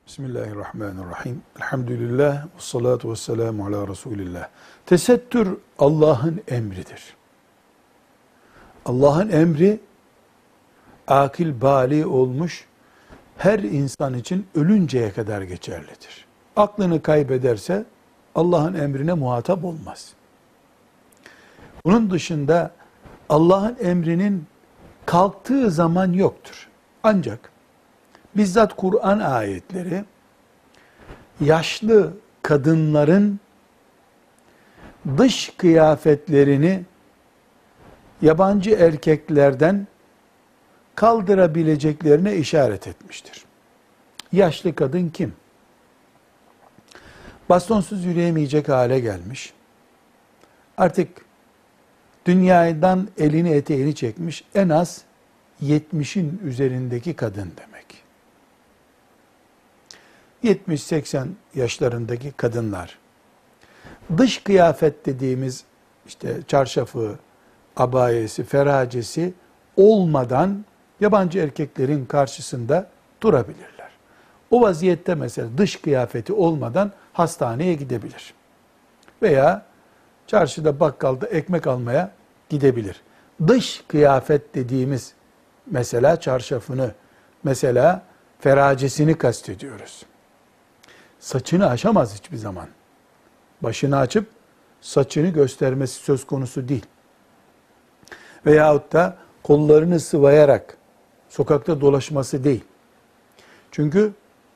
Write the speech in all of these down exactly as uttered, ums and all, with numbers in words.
Bismillahirrahmanirrahim. Elhamdülillah ve salatu ve selamu ala Resulillah. Tesettür Allah'ın emridir. Allah'ın emri akil bali olmuş her insan için ölünceye kadar geçerlidir. Aklını kaybederse Allah'ın emrine muhatap olmaz. Bunun dışında Allah'ın emrinin kalktığı zaman yoktur. Ancak bizzat Kur'an ayetleri yaşlı kadınların dış kıyafetlerini yabancı erkeklerden kaldırabileceklerine işaret etmiştir. Yaşlı kadın kim? Bastonsuz yürüyemeyecek hale gelmiş. Artık dünyadan elini eteğini çekmiş en az yetmişin üzerindeki kadın demek. yetmiş seksen yaşlarındaki kadınlar, dış kıyafet dediğimiz işte çarşafı, abayesi, feracesi olmadan yabancı erkeklerin karşısında durabilirler. O vaziyette mesela dış kıyafeti olmadan hastaneye gidebilir. Veya çarşıda bakkalda ekmek almaya gidebilir. Dış kıyafet dediğimiz mesela çarşafını, mesela feracesini kastediyoruz. Saçını aşamaz hiçbir zaman. Başını açıp saçını göstermesi söz konusu değil. Veyahut da kollarını sıvayarak sokakta dolaşması değil. Çünkü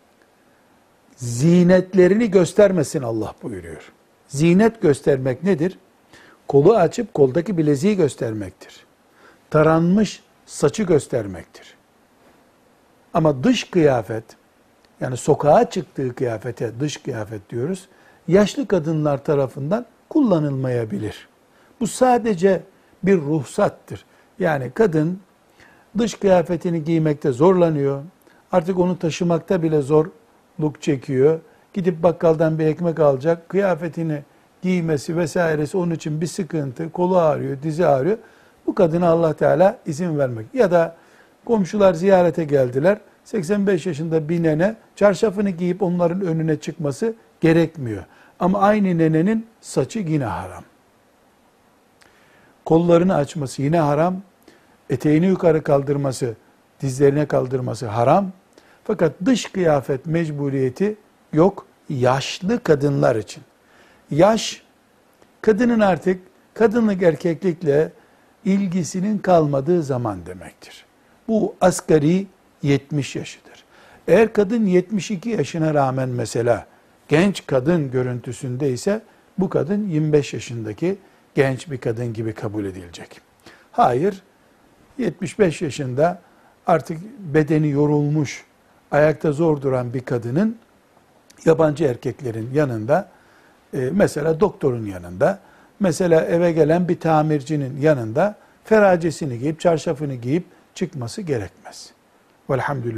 zinetlerini göstermesin Allah buyuruyor. Zinet göstermek nedir? Kolu açıp koldaki bileziği göstermektir. Taranmış saçı göstermektir. Ama dış kıyafet, yani sokağa çıktığı kıyafete dış kıyafet diyoruz, yaşlı kadınlar tarafından kullanılmayabilir. Bu sadece bir ruhsattır. Yani kadın dış kıyafetini giymekte zorlanıyor, artık onu taşımakta bile zorluk çekiyor, gidip bakkaldan bir ekmek alacak, kıyafetini giymesi vesairesi onun için bir sıkıntı, kolu ağrıyor, dizi ağrıyor. Bu kadına Allah Teala izin vermek. Ya da komşular ziyarete geldiler, seksen beş yaşında bir nene çarşafını giyip onların önüne çıkması gerekmiyor. Ama aynı nenenin saçı yine haram. Kollarını açması yine haram. Eteğini yukarı kaldırması, dizlerine kaldırması haram. Fakat dış kıyafet mecburiyeti yok yaşlı kadınlar için. Yaş, kadının artık kadınlık erkeklikle ilgisinin kalmadığı zaman demektir. Bu asgari yetmiş yaşıdır. Eğer kadın yetmiş iki yaşına rağmen mesela genç kadın görüntüsünde ise bu kadın yirmi beş yaşındaki genç bir kadın gibi kabul edilecek. Hayır, yetmiş beş yaşında artık bedeni yorulmuş, ayakta zor duran bir kadının yabancı erkeklerin yanında, e, mesela doktorun yanında, mesela eve gelen bir tamircinin yanında feracesini giyip, çarşafını giyip çıkması gerekmez. Velhamdülillah.